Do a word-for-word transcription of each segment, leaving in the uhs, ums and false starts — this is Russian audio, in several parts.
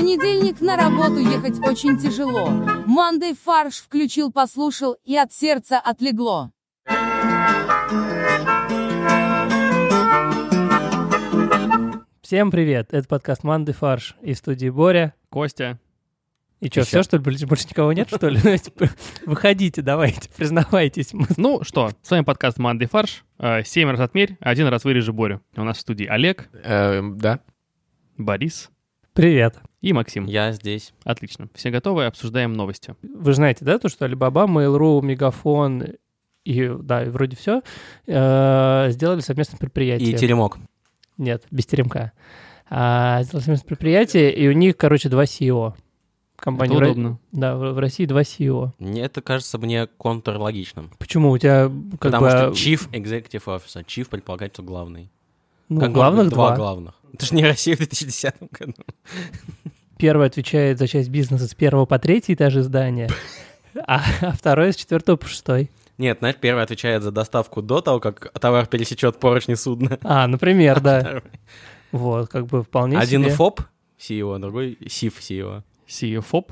понедельник на работу ехать очень тяжело. Мандай фарш включил, послушал, и от сердца отлегло. Всем привет, это подкаст «Мандай фарш», и в студии Боря, Костя. И что, все, что ли? Больше никого нет, что ли? Выходите, давайте, признавайтесь. Ну что, с вами подкаст «Мандай фарш». Семь раз отмерь, один раз вырежи Борю. У нас в студии Олег. Да. Борис. Привет. И Максим. Я здесь. Отлично. Все готовы, обсуждаем новости. Вы знаете, да, то, что Alibaba, Mail.ru, Мегафон и, да, и вроде все э, сделали совместное предприятие. И Теремок. Нет, без теремка. А, сделали совместное предприятие, и у них, короче, два си и о. Компания Это в, удобно. Да, в, в России два си и о. Мне это кажется мне контрлогичным. Почему? У тебя как Потому бы... что Chief Executive Officer, Chief предполагает, что главный. Ну, как главных два два. главных. Это же не Россия в две тысячи десятом году. Первый отвечает за часть бизнеса с первого по третий этажи здания, а, а второй с четвертого по шестой. Нет, знаешь, первый отвечает за доставку до того, как товар пересечет поручни судна. А, например, да. Вот, как бы вполне Один себе. ФОП си и о, другой СИФ си и о. си и о-фоб.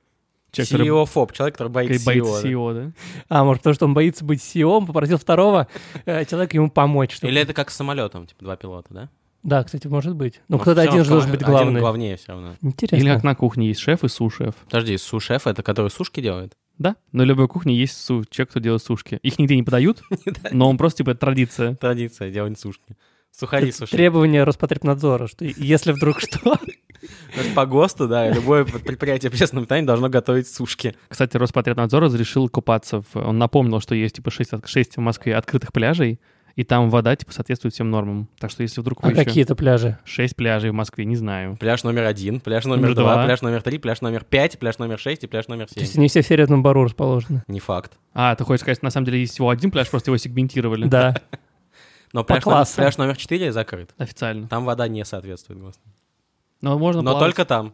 си и о-фоп, человек, который боится си и о. Боится си и о, да? А, может, потому что он боится быть си и о, он попросил второго э, человека ему помочь. Чтобы... Или это как с самолетом, типа два пилота, да? Да, кстати, может быть. Ну, Но кто-то всё один же равно должен быть один главный. главнее все равно. Интересно. Или как на кухне есть шеф и су-шеф. Подожди, су-шеф — это который сушки делает? Да, на любой кухне есть су, человек, кто делает сушки. Их нигде не подают, но он просто, типа, традиция. Традиция делать сушки. Сухари Это сушить. требование Роспотребнадзора, что если вдруг что... По ГОСТу, да, любое предприятие общественного питания должно готовить сушки. Кстати, Роспотребнадзор разрешил купаться. В... Он напомнил, что есть, типа, шесть, шесть в Москве открытых пляжей, и там вода, типа, соответствует всем нормам. Так что если вдруг вы А еще... какие-то пляжи? Шесть пляжей в Москве, не знаю. Пляж номер один, пляж номер Номер два, два. пляж номер три, пляж номер пять, пляж номер шесть и пляж номер То семь. есть они все в Серебряном Бару расположены. Не факт. А, ты хочешь сказать, на самом деле есть всего один пляж, просто его сегментировали? Да. Но По пляж, номер, классу. пляж номер четыре закрыт. Официально. Там вода не соответствует ГОСТу. Но можно Но плавать. только там.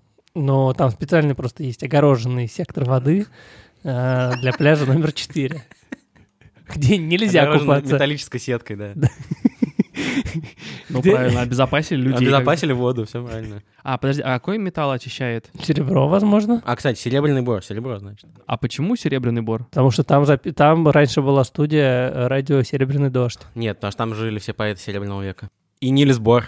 Но там специально просто есть огороженный сектор воды э, для пляжа номер четыре, где нельзя Огорожен купаться. металлической сеткой, да. Ну, Где- правильно, обезопасили людей. Обезопасили воду, все правильно. А, подожди, а какой металл очищает? Серебро, возможно. А, кстати, серебряный бор, серебро, значит. А почему серебряный бор? Потому что там, запи- там раньше была студия э, радио «Серебряный дождь». Нет, потому что там жили все поэты Серебряного века. И Нильс Бор.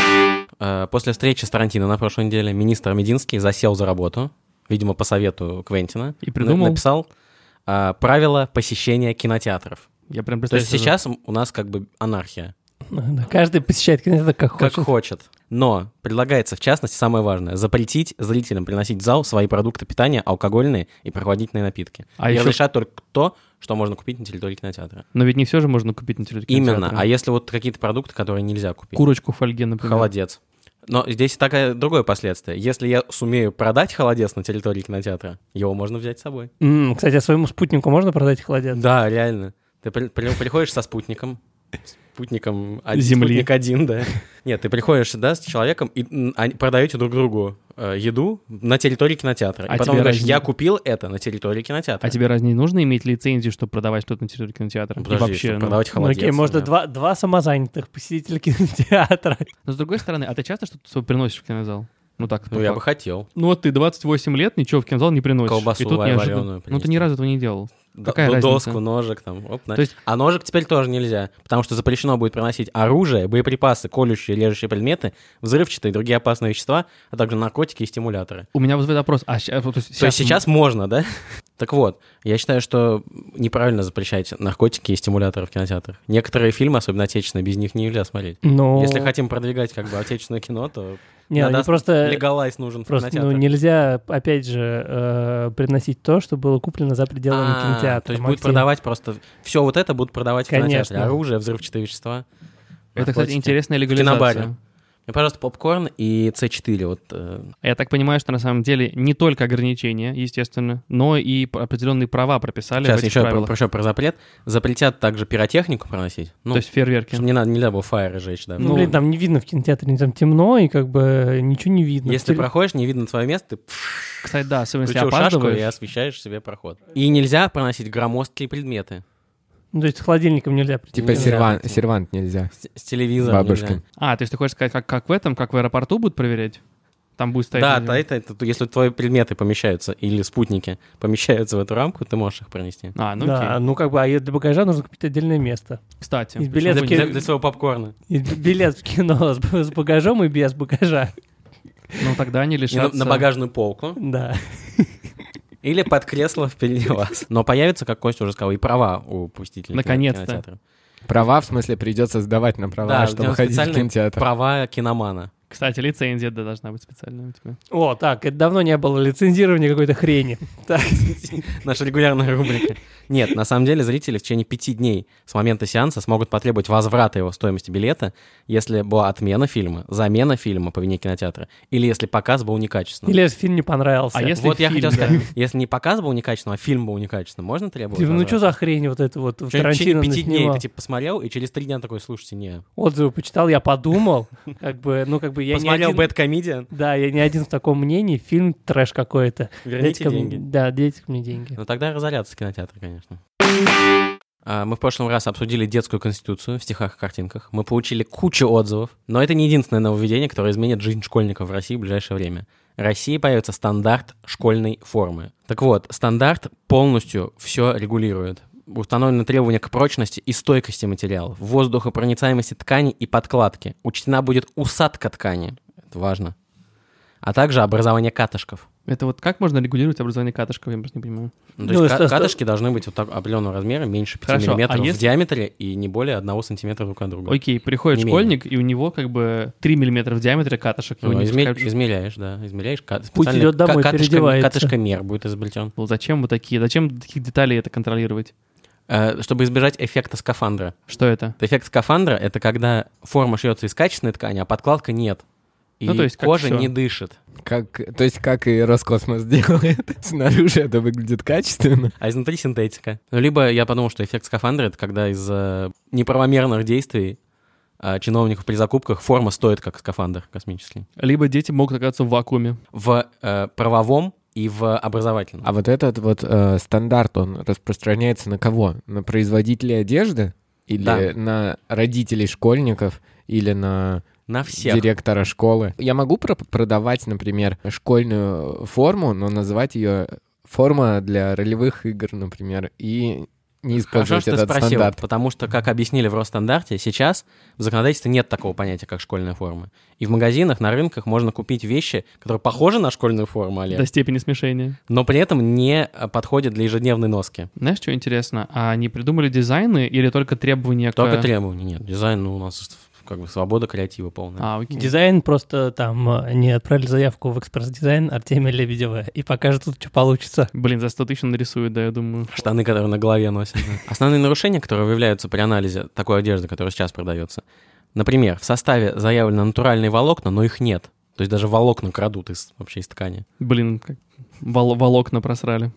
Э, После встречи с Тарантино на прошлой неделе министр Мединский засел за работу, видимо, по совету Квентина. И придумал? На- Написал э, правила посещения кинотеатров. Я прям То представляю. есть сейчас у нас как бы анархия. Да, каждый посещает кинотеатр как Как хочет. хочет. Но предлагается, в частности, самое важное, запретить зрителям приносить в зал свои продукты питания, алкогольные и прохладительные напитки. А и еще- разрешать только то, что можно купить на территории кинотеатра. Но ведь не все же можно купить на территории Именно. кинотеатра. А если вот какие-то продукты, которые нельзя купить? Курочку в фольге, например. Холодец. Но здесь такое другое последствие. Если я сумею продать холодец на территории кинотеатра, его можно взять с собой. М, кстати, а своему спутнику можно продать холодец? Да, реально. Ты при- при- приходишь со спутником, спутником один, Земли. спутник один, да. Нет, ты приходишь, да, с человеком и м, они продаете друг другу э, еду на территории кинотеатра. А и потом тебе говоришь, разве- я купил это на территории кинотеатра. А тебе разве не нужно иметь лицензию, чтобы продавать что-то на территории кинотеатра? И Подожди, вообще, чтобы ну. продавать Ну, холодец. окей, можно да. два, два самозанятых посетителя кинотеатра. Но с другой стороны, а ты часто что-то свое приносишь в кинозал? Ну так, Ну, по я факту. бы хотел. Ну вот ты двадцать восемь лет, ничего в кинозал не приносишь. Колбасу И тут вареную неожиданно... Ну ты принести. ни разу этого не делал. Д- Какая д- разница? Доску, ножик там. Оп, на- То есть- А ножик теперь тоже нельзя, потому что запрещено будет приносить оружие, боеприпасы, колющие, режущие предметы, взрывчатые и другие опасные вещества, а также наркотики и стимуляторы. У меня вызывает вопрос. А ща- то есть То есть сейчас можно, да? Так вот, я считаю, что неправильно запрещать наркотики и стимуляторы в кинотеатрах. Некоторые фильмы, особенно отечественные, без них нельзя смотреть. Ну, Если хотим продвигать как бы отечественное кино, то не, надо они просто, легалайз нужен в просто ну, кинотеатрах. нельзя, опять же, э, приносить то, что было куплено за пределами А, кинотеатра. То есть будет Максим. продавать просто... Все вот это будут продавать в кинотеатре. Конечно. Оружие, взрывчатые вещества. Это, кстати, наркотики. интересная В кинобаре. легализация. Мне, пожалуйста, попкорн и С четыре. Вот, э, Я так понимаю, что на самом деле не только ограничения, естественно, но и п- определенные права прописали в Сейчас этих еще про, правилах. про, еще про запрет. Запретят также пиротехнику проносить. Ну, То есть фейерверки. чтобы не надо, нельзя было фаеры жечь, да. Ну, Ну, блин, там не видно в кинотеатре, там темно, и как бы ничего не видно. Если ты Теле- проходишь, не видно твое место, ты Кстати, да, особенно если включил шашку опаздываешь. и освещаешь себе проход. И нельзя проносить громоздкие предметы. Ну, то есть холодильником нельзя прийти. Ну, Типа Нельзя. сервант, сервант нельзя. С, с телевизором Бабушка. нельзя. А, то есть ты хочешь сказать, как, как в этом, как в аэропорту будут проверять? Там будет стоять... Да, люди. да, это, это, если твои предметы помещаются или спутники помещаются в эту рамку, ты можешь их пронести. А, ну Да, окей. ну как бы, а для багажа нужно купить отдельное место. Кстати. И билет Для, в для- кино, для своего попкорна. и билет в кино с, с багажом и без багажа. Ну тогда они И на, лишатся... на багажную полку. Да. Или под кресло впереди вас. Но появится, как Костя уже сказал, и права у посетителей Наконец-то. кинотеатра. Права, в смысле, придется сдавать на права, Да, чтобы сделать ходить в специальные кинотеатр. права киномана. Кстати, лицензия да, должна быть специальная у тебя. О, так, это давно не было лицензирования какой-то хрени. Так. Наша регулярная рубрика. Нет, на самом деле зрители в течение пяти дней с момента сеанса смогут потребовать возврата его стоимости билета, если была отмена фильма, замена фильма по вине кинотеатра, или если показ был некачественным. Или если фильм не понравился. А если Вот я фильм, хотел да. сказать, если не показ был некачественным, а фильм был некачественным, можно требовать Типа, ну возврата? что за хрень вот это вот? В течение Тарантино пяти дней наснимал. ты типа посмотрел, и через три дня такой, слушайте, не. Отзывы почитал, я подумал, как бы, ну как бы я не Посмотрел один... Бэдкомедиан, Да, я не один в таком мнении, фильм трэш какой-то. верните Дайте-ка деньги. мне- Да, дайте мне деньги. Ну тогда разорятся кинотеатры, конечно. А, Мы в прошлом раз обсудили детскую конституцию в стихах и картинках. Мы получили кучу отзывов, но это не единственное нововведение, которое изменит жизнь школьников в России в ближайшее время. В России появится стандарт школьной формы. Так вот, стандарт полностью все регулирует. Установлены требования к прочности и стойкости материалов, воздухопроницаемости ткани и подкладки. Учтена будет усадка ткани. Это важно. А также образование катышков. Это вот как можно регулировать образование катышков, я просто не понимаю. Ну, то Ну, есть что- ка- катышки должны быть вот так определенного размера, меньше пяти Хорошо, а миллиметров если- в диаметре и не более одного сантиметра друг от друга. Окей, приходит Не школьник, и у него как бы три миллиметра в диаметре катышек. Ну, его не изме- пускают в- измеряешь, да, измеряешь. Ка- Путь специальный идет домой, ка- катышка- переодевается. Катышкомер будет изобретен. Ну, зачем вы такие? Зачем до таких деталей это контролировать? Э, чтобы избежать эффекта скафандра. Что это? Эффект скафандра — это когда форма шьется из качественной ткани, а подкладка нет. И Ну, то есть как кожа всё. не дышит. Как, то есть как и Роскосмос делает. Снаружи это выглядит качественно. А изнутри синтетика. Ну, либо я подумал, что эффект скафандра — это когда из-за неправомерных действий а, чиновников при закупках форма стоит как скафандр космический. Либо дети могут оказаться в вакууме. В э, правовом и в образовательном. А вот этот вот э, стандарт, он распространяется на кого? На производителей одежды? Или Да. на родителей школьников? Или на На всех. директора школы? Я могу про- продавать, например, школьную форму, но называть ее форма для ролевых игр, например, и не Хорошо, использовать что ты этот спросил, стандарт. потому что, как объяснили в Росстандарте, сейчас в законодательстве нет такого понятия, как школьная форма. И в магазинах, на рынках можно купить вещи, которые похожи на школьную форму, Олег, До степени смешения. но при этом не а, подходят для ежедневной носки. Знаешь, что интересно? А они придумали дизайны или только требования к... Только требований нет. Дизайн, ну, у нас как бы свобода креатива полная. А, окей. Дизайн просто там э, не отправили заявку в экспресс-дизайн Артемия Лебедева, и покажет тут, что получится. Блин, за сто тысяч он нарисует, да, я думаю. Штаны, которые на голове носят. да. Основные нарушения, которые выявляются при анализе такой одежды, которая сейчас продается. Например, в составе заявлены натуральные волокна, но их нет. То есть даже волокна крадут из, вообще из ткани. Блин, как вол- волокна просрали.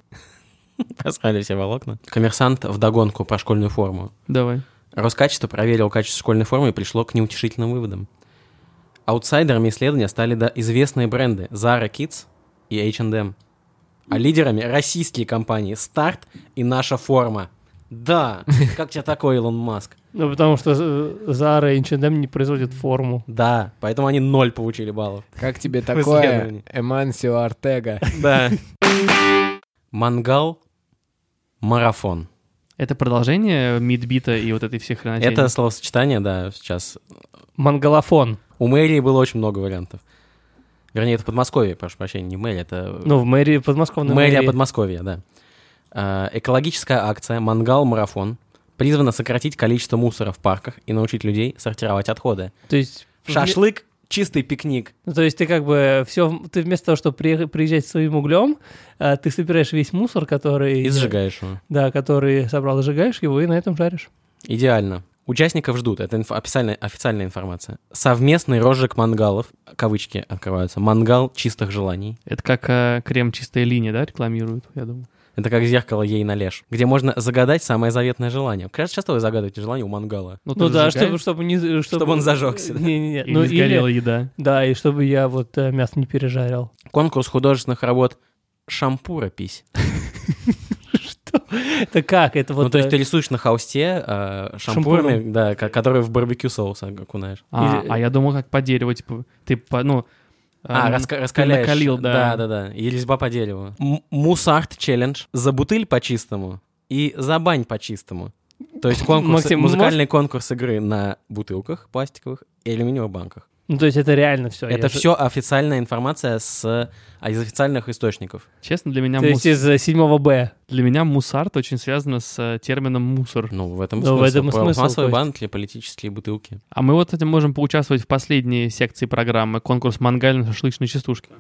Просрали все волокна. Коммерсант вдогонку про школьную форму. Давай. Роскачество проверил качество школьной формы и пришло к неутешительным выводам. Аутсайдерами исследования стали да, известные бренды Zara Kids и эйч энд эм. А лидерами российские компании Старт и Наша Форма. Да, как тебе такой, Илон Маск? Ну, потому что э, Zara и эйч энд эм не производят форму. Да, поэтому они ноль получили баллов. Как тебе исследовании. такое, Эмансио Ортега? Да. Мангал марафон. Это продолжение мидбита и вот этой всей хренотени? Это словосочетание, да, сейчас. Мангалофон. У мэрии было очень много вариантов. Вернее, это Подмосковье, прошу прощения, не мэрия, это Ну, в мэрии, подмосковной мэрия мэрии. Подмосковья, да. А, Экологическая акция «Мангал-марафон» призвана сократить количество мусора в парках и научить людей сортировать отходы. То есть... Шашлык — чистый пикник. Ну, то есть ты как бы все, ты вместо того, чтобы приех- приезжать своим углем, а, ты собираешь весь мусор, который... И сжигаешь его. Да, который собрал, сжигаешь его и на этом жаришь. Идеально. Участников ждут, это инф- официальная, официальная информация. Совместный розжиг мангалов, кавычки открываются, мангал чистых желаний. Это как э, крем «Чистая линия», да, рекламируют, я думаю. Это как зеркало ей на леш, где можно загадать самое заветное желание. Кажется, часто вы загадываете желание у мангала. Ну, ты Ну да, зажигаешь, чтобы, чтобы не... Чтобы, Чтобы он зажегся, да? Не-не-не. и Ну, не сгорела или... еда. Да, и чтобы я вот э, мясо не пережарил. Конкурс художественных работ «Шампуропись». Это как? Это вот... Ну, то есть э, ты рисуешь на холсте э, шампурами, да, ко- которые в барбекю соус окунаешь. А, Или- а я думал, как по дереву, типа, ты, по, ну, А, М, раска- ты раскаляешь. накалил, да. Да-да-да. И резьба по дереву. М- Мусарт челлендж. За бутыль по-чистому и за бань по-чистому. То есть конкурс, Максим, музыкальный конкурс игры на бутылках пластиковых и алюминиевых банках. Ну, то есть это реально все. Это все официальная информация с, а, из официальных источников. Честно, для меня, То есть мус- из э, седьмого Б. для меня мусарт очень связано с э, термином мусор. Ну, в этом и Ну, в смысл. этом и смысл, Пластмассовые Кость. банки, политические бутылки. А мы вот этим можем поучаствовать в последней секции программы «Конкурс мангально-шашлычной частушки».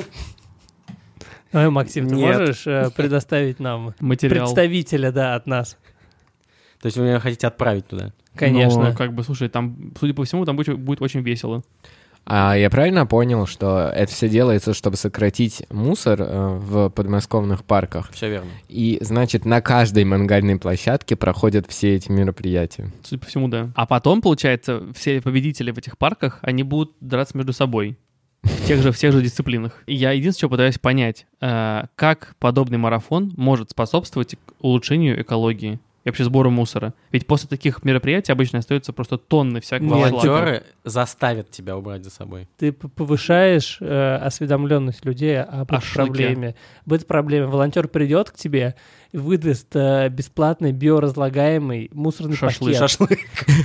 Ой, Максим, ты Нет. можешь э, предоставить нам Материал. представителя, да, от нас? То есть вы меня хотите отправить туда? Конечно. Ну, как бы, слушай, там, судя по всему, там будет, будет очень весело. А я правильно понял, что это все делается, чтобы сократить мусор э, в подмосковных парках? Все верно. И, значит, на каждой мангальной площадке проходят все эти мероприятия. Судя по всему, да. А потом, получается, все победители в этих парках, они будут драться между собой. В тех же, в тех же дисциплинах. И я единственное, что пытаюсь понять, э, как подобный марафон может способствовать улучшению экологии и вообще сбору мусора. Ведь после таких мероприятий обычно остаются просто тонны всякого Нет, шлака. Волонтеры заставят тебя убрать за собой. Ты п- повышаешь э, осведомленность людей об О этой шлаке. проблеме. Об этой проблеме. Волонтер придет к тебе и выдаст э, бесплатный биоразлагаемый мусорный Шашлык. пакет. Шашлык.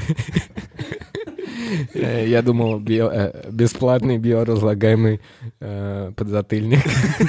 Э, Я думал, био- э, бесплатный биоразлагаемый э, подзатыльник.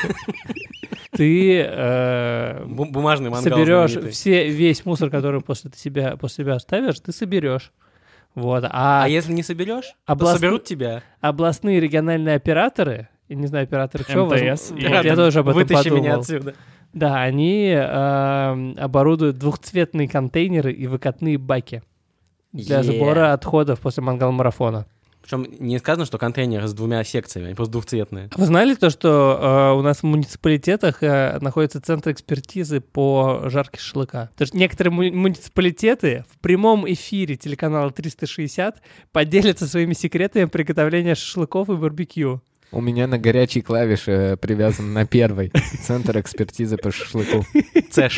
Ты э, Бу- Бумажный мангал соберешь знаменитый. все, весь мусор, который после себя, после себя оставишь, ты соберешь. Вот. А, А если не соберешь, област- то соберут тебя. областные региональные операторы, я не знаю, операторы чего, МТС. возможно, вот я тоже об этом Вытащи подумал. меня отсюда. Да, они э, оборудуют двухцветные контейнеры и выкатные баки для Е. сбора отходов после мангал-марафона. Причем не сказано, что контейнеры с двумя секциями, они просто двухцветные. Вы знали то, что э, у нас в муниципалитетах э, находится центр экспертизы по жарке шашлыка? Потому что некоторые му- муниципалитеты в прямом эфире телеканала триста шестьдесят поделятся своими секретами приготовления шашлыков и барбекю. У меня на горячей клавише привязан на первой центр экспертизы по шашлыку. Цэш.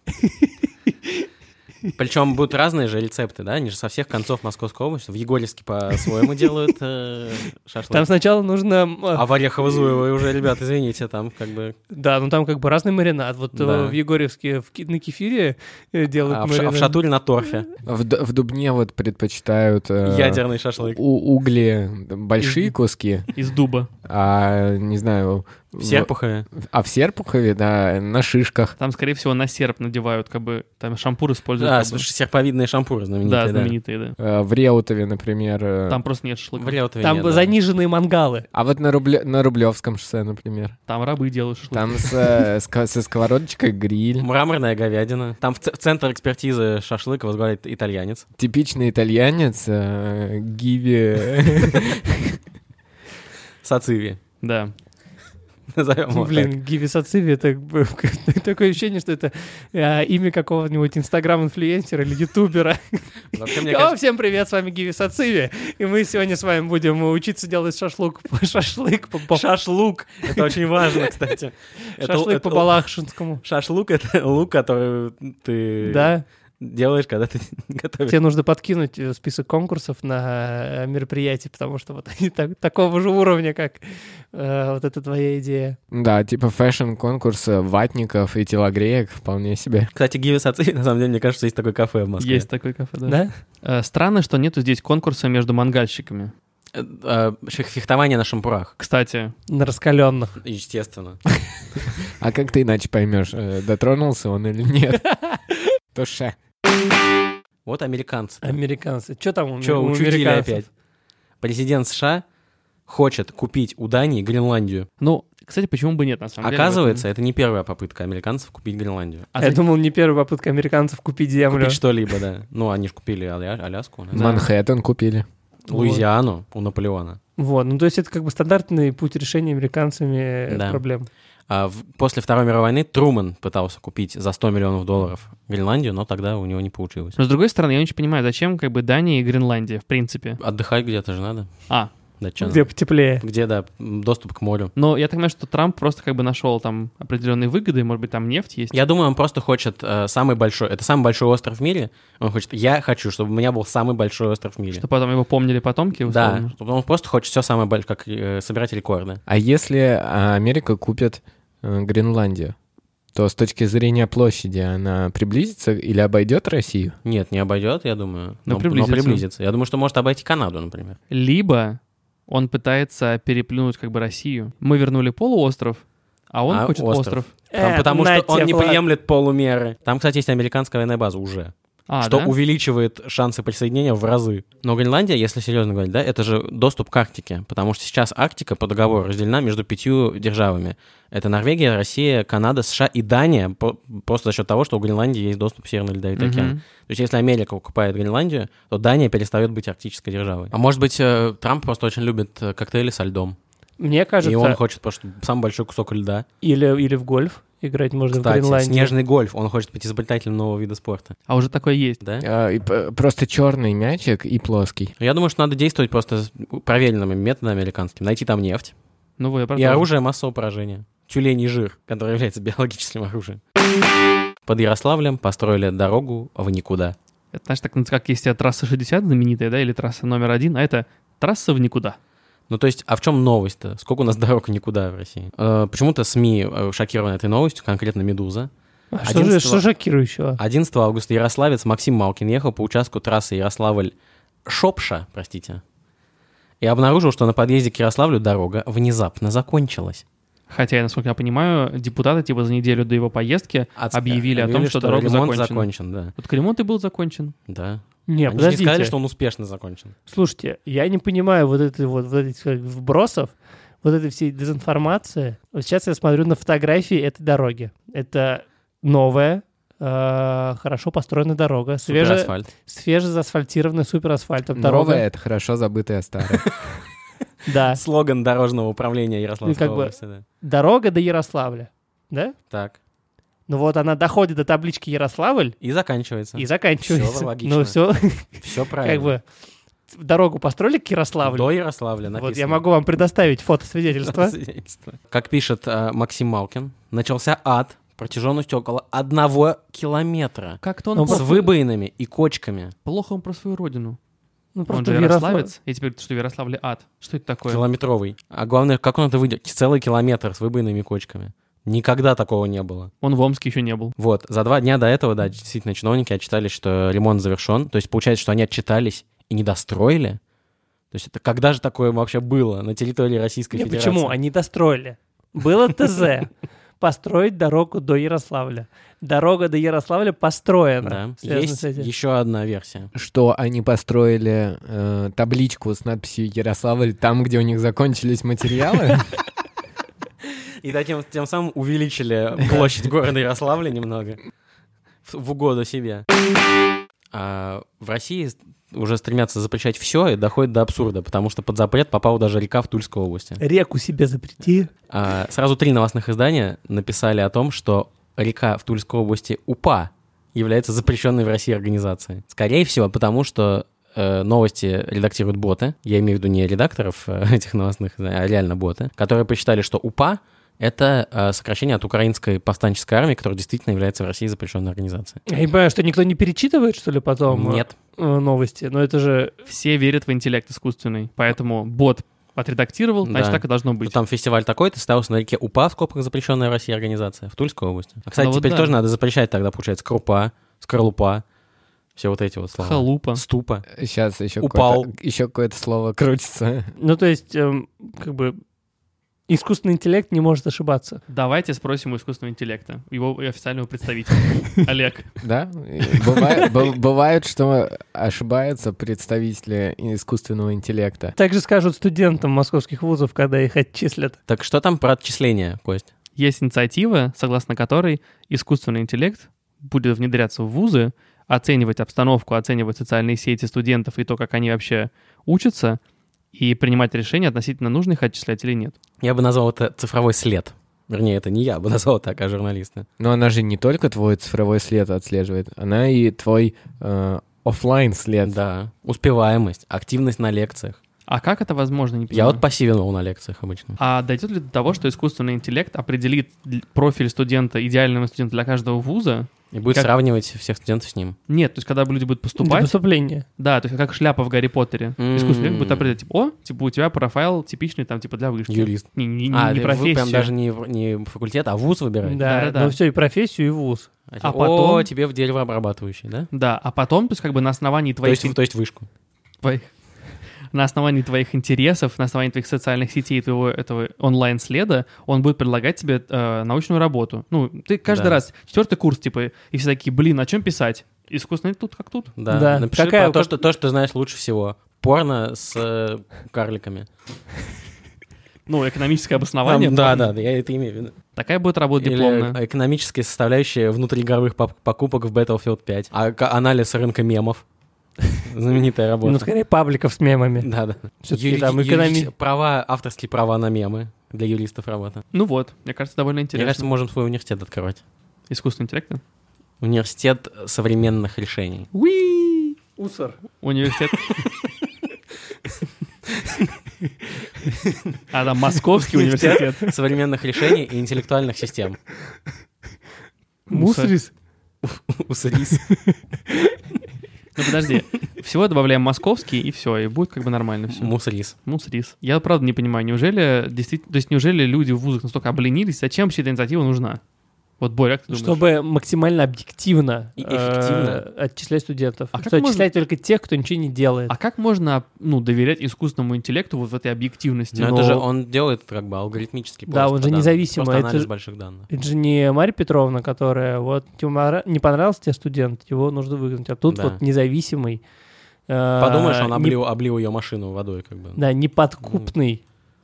Причем будут разные же рецепты, да? Они же со всех концов Московской области. В Егорьевске по-своему делают э, шашлык. Там сначала нужно... э, А в Орехово-Зуево уже, ребят, извините, там как бы... Да, ну там как бы разный маринад. Вот э, Да. в Егорьевске в ки- на кефире э, делают А в, ша- а маринад. в Шатуре на торфе. В, Д- в Дубне вот предпочитают э, Ядерный шашлык. у- угли большие куски, Из дуба. а не знаю... В Серпухове. А в Серпухове, да, на шишках. Там, скорее всего, на серп надевают, как бы, там шампур используют. Да, как бы. серповидные шампуры Да, знаменитые. знаменитые, да. э, В Реутове, например. э, Там просто нет В шашлыка. Реутове Там нет, да. заниженные мангалы. А вот на, Рубле- на Рублевском шоссе, например. Там рабы делают шашлык. Там с, э, ска- со сковородочкой гриль. Мраморная говядина. Там в, ц- в центр экспертизы шашлыка возглавляет итальянец. Типичный итальянец, э, Гиви. Сациви. Да. Назовем его Блин, Гиви Сациви, это б- такое ощущение, что это э, имя какого-нибудь инстаграм-инфлюенсера или ютубера. так. Вообще, мне О, кажется, всем привет, с вами Гиви Сациви, и мы сегодня с вами будем учиться делать шашлык, шашлык по, по- шашлук. Это очень важно, кстати. Это- шашлык это- по балахшинскому. Шашлык — это лук, который ты Да, делаешь, когда ты готовишь. тебе нужно подкинуть э, список конкурсов на э, мероприятие, потому что вот они так- такого же уровня, как э, вот эта твоя идея. Да, типа фэшн-конкурс ватников и телогреек, вполне себе. Кстати, Гиви Сациви, на самом деле, мне кажется, есть такое кафе в Москве. Есть такой кафе, да. Да? Э, Странно, что нету здесь конкурса между мангальщиками. Э, э, фех- Фехтование на шампурах. Кстати, На раскаленных. Естественно. А как ты иначе поймешь, э, дотронулся он или нет? Туше. Вот американцы. Американцы. Что там у, Че, у учудили американцев? опять? Президент США хочет купить у Дании Гренландию. ну, кстати, почему бы нет, на самом деле. Оказывается, это не первая попытка американцев купить Гренландию. А Я за- думал, не первая попытка американцев купить землю. Купить что-либо, да. Ну, они же купили Аля- Аляску, да. Манхэттен купили. Луизиану у Наполеона. Вот, ну то есть это как бы стандартный путь решения американцами Да. проблем. А в- после Второй мировой войны Трумэн пытался купить за сто миллионов долларов Гренландию, но тогда у него не получилось. Но с другой стороны, я не очень понимаю, зачем как бы Дания и Гренландия, в принципе. Отдыхать где-то же надо. А, датчанам. Где потеплее. Где, да, доступ к морю. Но я так понимаю, что Трамп просто как бы нашел там определенные выгоды, может быть, там нефть есть. Я думаю, он просто хочет э, самый большой... Это самый большой остров в мире. Он хочет... Я хочу, чтобы у меня был самый большой остров в мире. Чтобы потом его помнили потомки, условно. Да, он просто хочет все самое большое, как э, собирать рекорды. А если а, Америка купит э, Гренландию, то с точки зрения площади она приблизится или обойдет Россию? Нет, не обойдет, я думаю. Но Но, приблизится. но приблизится. Я думаю, что может обойти Канаду, например. Либо он пытается переплюнуть как бы Россию. Мы вернули полуостров, а он А хочет остров? остров. Там, Э, потому на что он не тебе, Влад. приемлет полумеры. Там, кстати, есть американская военная база уже. А, что да? увеличивает шансы присоединения в разы. Но Гренландия, если серьезно говорить, да, это же доступ к Арктике, потому что сейчас Арктика по договору разделена между пятью державами. Это Норвегия, Россия, Канада, США и Дания, по- просто за счет того, что у Гренландии есть доступ в Северный Ледовитый Мгм. океан. То есть если Америка укупает Гренландию, то Дания перестает быть арктической державой. А может быть, э, Трамп просто очень любит э, коктейли со льдом. Мне кажется, И он хочет просто самый большой кусок льда. или, или в гольф играть можно в Кстати, Гренландии. снежный гольф. Он хочет быть изобретателем нового вида спорта. А уже такое есть. Да? А, и п- просто черный мячик и плоский. Я думаю, что надо действовать просто с проверенными методами американскими. Найти там нефть. Ну, вы, я про И то. оружие массового поражения. Тюленей жир, который является биологическим оружием. Под Ярославлем построили дорогу в никуда. Это, знаешь, так, как есть трасса шестьдесят знаменитая, да, или трасса номер один, а это трасса в никуда. Ну, то есть, а в чем новость-то? Сколько у нас дорог в никуда в России? Э, почему-то СМИ э, шокированы этой новостью, конкретно «Медуза». А что, же, одиннадцатого что шокирующего? одиннадцатого августа ярославец Максим Малкин ехал по участку трассы Ярославль-Шопша, простите, и обнаружил, что на подъезде к Ярославлю дорога внезапно закончилась. Хотя, насколько я понимаю, депутаты типа за неделю до его поездки Отс- объявили о том, объявили, что дорога ремонт закончена. закончен, да. Вот ремонт и был закончен. Да. Не, Они же не подождите. сказали, что он успешно закончен. Слушайте, я не понимаю вот, этой вот, вот этих как, вбросов, вот этой всей дезинформации. Вот сейчас я смотрю на фотографии этой дороги. Это новая, э, хорошо построенная дорога, свеже, Суперасфальт. свежезаасфальтированная суперасфальтом Новое дорога. — это хорошо забытое старое. Да, Слоган дорожного управления Ярославской Ну, как бы- области, да. дорога до Ярославля, да? Так. Ну вот она доходит до таблички Ярославль И заканчивается. и заканчивается. Всё логично. Ну все, Все правильно. как бы дорогу построили к Ярославлю. До Ярославля написано. Вот я могу вам предоставить фотосвидетельство. Свидетельство. Как пишет э, Максим Малкин, начался ад протяженностью около одного километра. Как-то он Ну, С просто- выбоинами и кочками. плохо он про свою родину. Ну Он просто же в Ярослав- ярославец, и теперь что в Ярославле ад. Что это такое? Километровый. А главное, как он это выйдет? Целый километр с выбоинами и кочками. Никогда такого не было. Он в Омске еще не был. Вот, за два дня до этого, да, действительно, чиновники отчитались, что ремонт завершен. То есть получается, что они отчитались и не достроили. То есть это когда же такое вообще было на территории Российской Не, Федерации? почему? Они достроили. Было ТЗ. Построить дорогу до Ярославля. Дорога до Ярославля построена. Да. Связано Есть с этим. еще одна версия. Что они построили э, табличку с надписью «Ярославль» там, где у них закончились материалы? И да, тем, тем самым увеличили площадь города Ярославля немного в, в угоду себе. А в России уже стремятся запрещать все и доходит до абсурда, потому что под запрет попала даже река в Тульской области. Реку себе запрети. А, сразу три новостных издания написали о том, что река в Тульской области УПА является запрещенной в России организацией. Скорее всего, потому что э, новости редактируют боты, я имею в виду не редакторов э, этих новостных изданий, а реально боты, которые посчитали, что УПА — это э, сокращение от Украинской повстанческой армии, которая действительно является в России запрещенной организацией. Я не понимаю, что никто не перечитывает, что ли, потом э, Нет. э, новости? Но это же... Все верят в интеллект искусственный, поэтому бот отредактировал, значит, Да. так и должно Ну, быть. там фестиваль такой-то состоялся на реке УПА, в скобках запрещенная в России организация, в Тульской области. А, кстати, Ну вот теперь да. тоже надо запрещать тогда, получается, крупа, скорлупа, все вот эти вот слова. Халупа. Ступа. Сейчас еще Упал. какое-то, еще какое-то слово крутится. Ну, то есть, эм, как бы, искусственный интеллект не может ошибаться. Давайте спросим у искусственного интеллекта, его официального представителя. Олег. Да? И бывает, б- бывает, что ошибаются представители искусственного интеллекта. Так же скажут студентам московских вузов, когда их отчислят. Так что там про отчисления, Кость? Есть инициатива, согласно которой искусственный интеллект будет внедряться в вузы, оценивать обстановку, оценивать социальные сети студентов и то, как они вообще учатся, и принимать решение относительно нужно их отчислять или нет. Я бы назвал это цифровой след. Вернее, это не я бы назвал так, а журналисты. Но она же не только твой цифровой след отслеживает, она и твой э, оффлайн след. Да. Успеваемость, активность на лекциях. А как это возможно, не понимаю? Я вот пассивен был на лекциях обычно. А дойдет ли до того, что искусственный интеллект определит профиль студента, идеального студента для каждого вуза? И будет Как- сравнивать всех студентов с ним. Нет, то есть когда люди будут Для поступать, поступления. да, то есть как шляпа в Гарри Поттере. М. Искусственный интеллект будет определять, типа, о, типа у тебя профайл типичный там, типа для вышки. Юрист. Не, не, не- А, не ты- вы профессия. прям даже не, в- не факультет, а вуз выбираете? Да, Да-да-да. ну все, и профессию, и вуз. А, А типа, потом- О, тебе в деревообрабатывающий, да? Да, а потом, то есть как бы на основании То твоих... есть, то есть вышку. твоих- на основании твоих интересов, на основании твоих социальных сетей, твоего этого онлайн-следа, он будет предлагать тебе э, научную работу. Ну, ты каждый Да. раз, четвертый курс, типа, и все такие, блин, о чем писать? Искусственный тут как тут. Да. Да. Напиши Какая- про то, как- что, то, что ты знаешь лучше всего. Порно с э, карликами. Ну, экономическое обоснование. А, да, порно. да, я это имею в виду. Такая будет работа дипломная. Или экономическая составляющая внутриигровых поп- покупок в Battlefield пять. А к- анализ рынка мемов. Знаменитая Ну, работа. скорее, пабликов с мемами. Да, да. Всё-таки Юри- там юри- экономи- Права, авторские права на мемы для юристов работа. Ну вот, мне кажется, довольно Мне интересно. кажется, мы можем свой университет открывать. Искусственный интеллект? Университет современных решений. Уи! Усор. Университет. А там Московский университет. Современных решений и интеллектуальных систем. Мусорис. Усрис. Ну подожди, всего добавляем московский, и все, и будет как бы нормально все. Мусрис. Мусрис. Я правда не понимаю, неужели действительно, то есть неужели люди в вузах настолько обленились, зачем вообще эта инициатива нужна? Вот, Боря, как ты думаешь? Чтобы максимально объективно И э, эффективно. отчислять студентов. А как Что можно- отчислять только тех, кто ничего не делает. А как можно, ну, доверять искусственному интеллекту вот в этой объективности? Но Но- это же он делает как бы алгоритмический Да, поиск он по же данным. независимый, Просто это анализ же- больших данных. Это же не Марья Петровна, которая вот тебе мора- не понравился тебе студент, его нужно выгнать. А тут Да. вот независимый. э, Подумаешь, он не- облил, облил ее машину водой, как бы. Да, неподкупный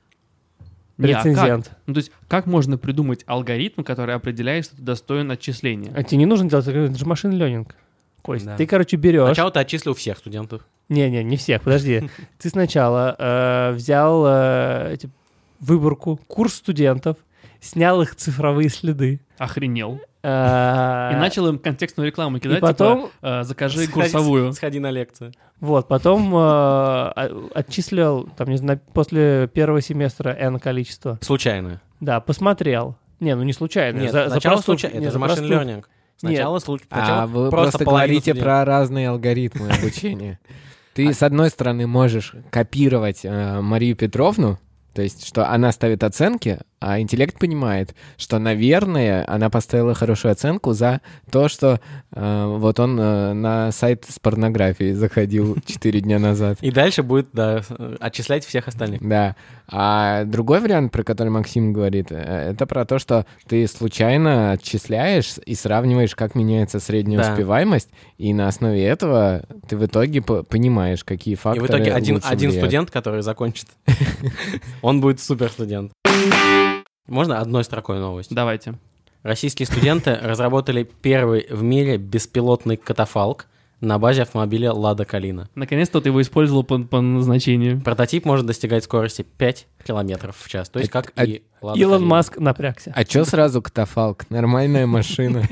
Не, а как? рецензент. Ну, то есть, как можно придумать алгоритм, который определяет, что ты достоин отчисления? А тебе не нужно делать, это же машин ленинг. Кость, Да. ты, короче, берешь... Сначала ты отчислил всех студентов. Не-не, не всех, подожди. Ты сначала э, взял э, эти- выборку, курс студентов, снял их цифровые следы. Охренел. э, И начал им контекстную рекламу кидать, И потом, типа, э, закажи Сходи- курсовую. Сходи на лекцию. вот, потом э, о- отчислил, там, не знаю, после первого семестра N количество. Случайно. Да, посмотрел. Не, ну не случайно. Нет, за, за сначала простую- случайно. не, Это за же машин простую- learning. Сначала, слу- А сначала вы просто, просто половину говорите студентов. про разные алгоритмы обучения. Ты, с одной стороны, можешь копировать э, Марию Петровну, то есть, что она ставит оценки, а интеллект понимает, что, наверное, она поставила хорошую оценку за то, что э, вот он э, на сайт с порнографией заходил четыре дня назад. И дальше будет, да, отчислять всех остальных. Да. А другой вариант, про который Максим говорит, э, это про то, что ты случайно отчисляешь и сравниваешь, как меняется средняя Да. успеваемость, и на основе этого ты в итоге по- понимаешь, какие И факторы в итоге один, лучше один влияют. студент, который закончит, он будет супер студент. Можно одной строкой новость? Давайте. Российские студенты разработали первый в мире беспилотный катафалк на базе автомобиля «Лада Калина». Наконец-то ты его использовал по, по назначению. Прототип может достигать скорости пять километров в час. То есть как А- и «Лада Илон Калина». Маск напрягся. А чё сразу катафалк? Нормальная машина.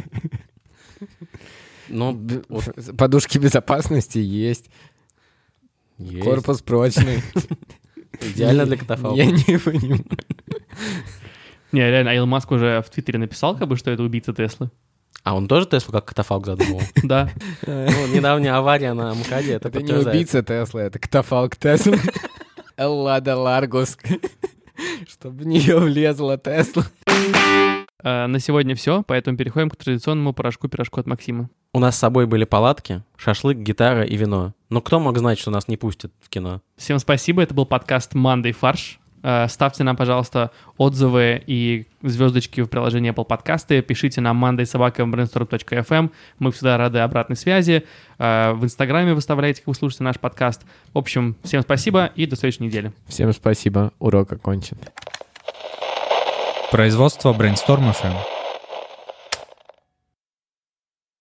Ну, Б- вот Подушки безопасности есть, есть. корпус прочный. Идеально для катафалка. Я не понимаю. Не, реально, а Илон Маск уже в Твиттере написал, как бы, что это убийца Теслы. А он тоже Теслу как катафалк задумал? Да. Ну, недавняя авария на МКАДе, это Это не подтверждает. убийца Теслы, это катафалк Теслы. Эллада Ларгус. Чтобы в нее влезла Тесла. А, на сегодня все, поэтому переходим к традиционному порошку-пирожку от Максима. У нас с собой были палатки, шашлык, гитара и вино. Но кто мог знать, что нас не пустят в кино? Всем спасибо, это был подкаст «Monday Фарш». А, ставьте нам, пожалуйста, отзывы и звездочки в приложении Apple Подкасты. Пишите нам monday собака brainstorm точка эф эм. Мы всегда рады обратной связи. А, в Инстаграме выставляйте, как вы слушаете наш подкаст. В общем, всем спасибо и до следующей недели. Всем спасибо, урок окончен. Производство Brainstorm эф эм.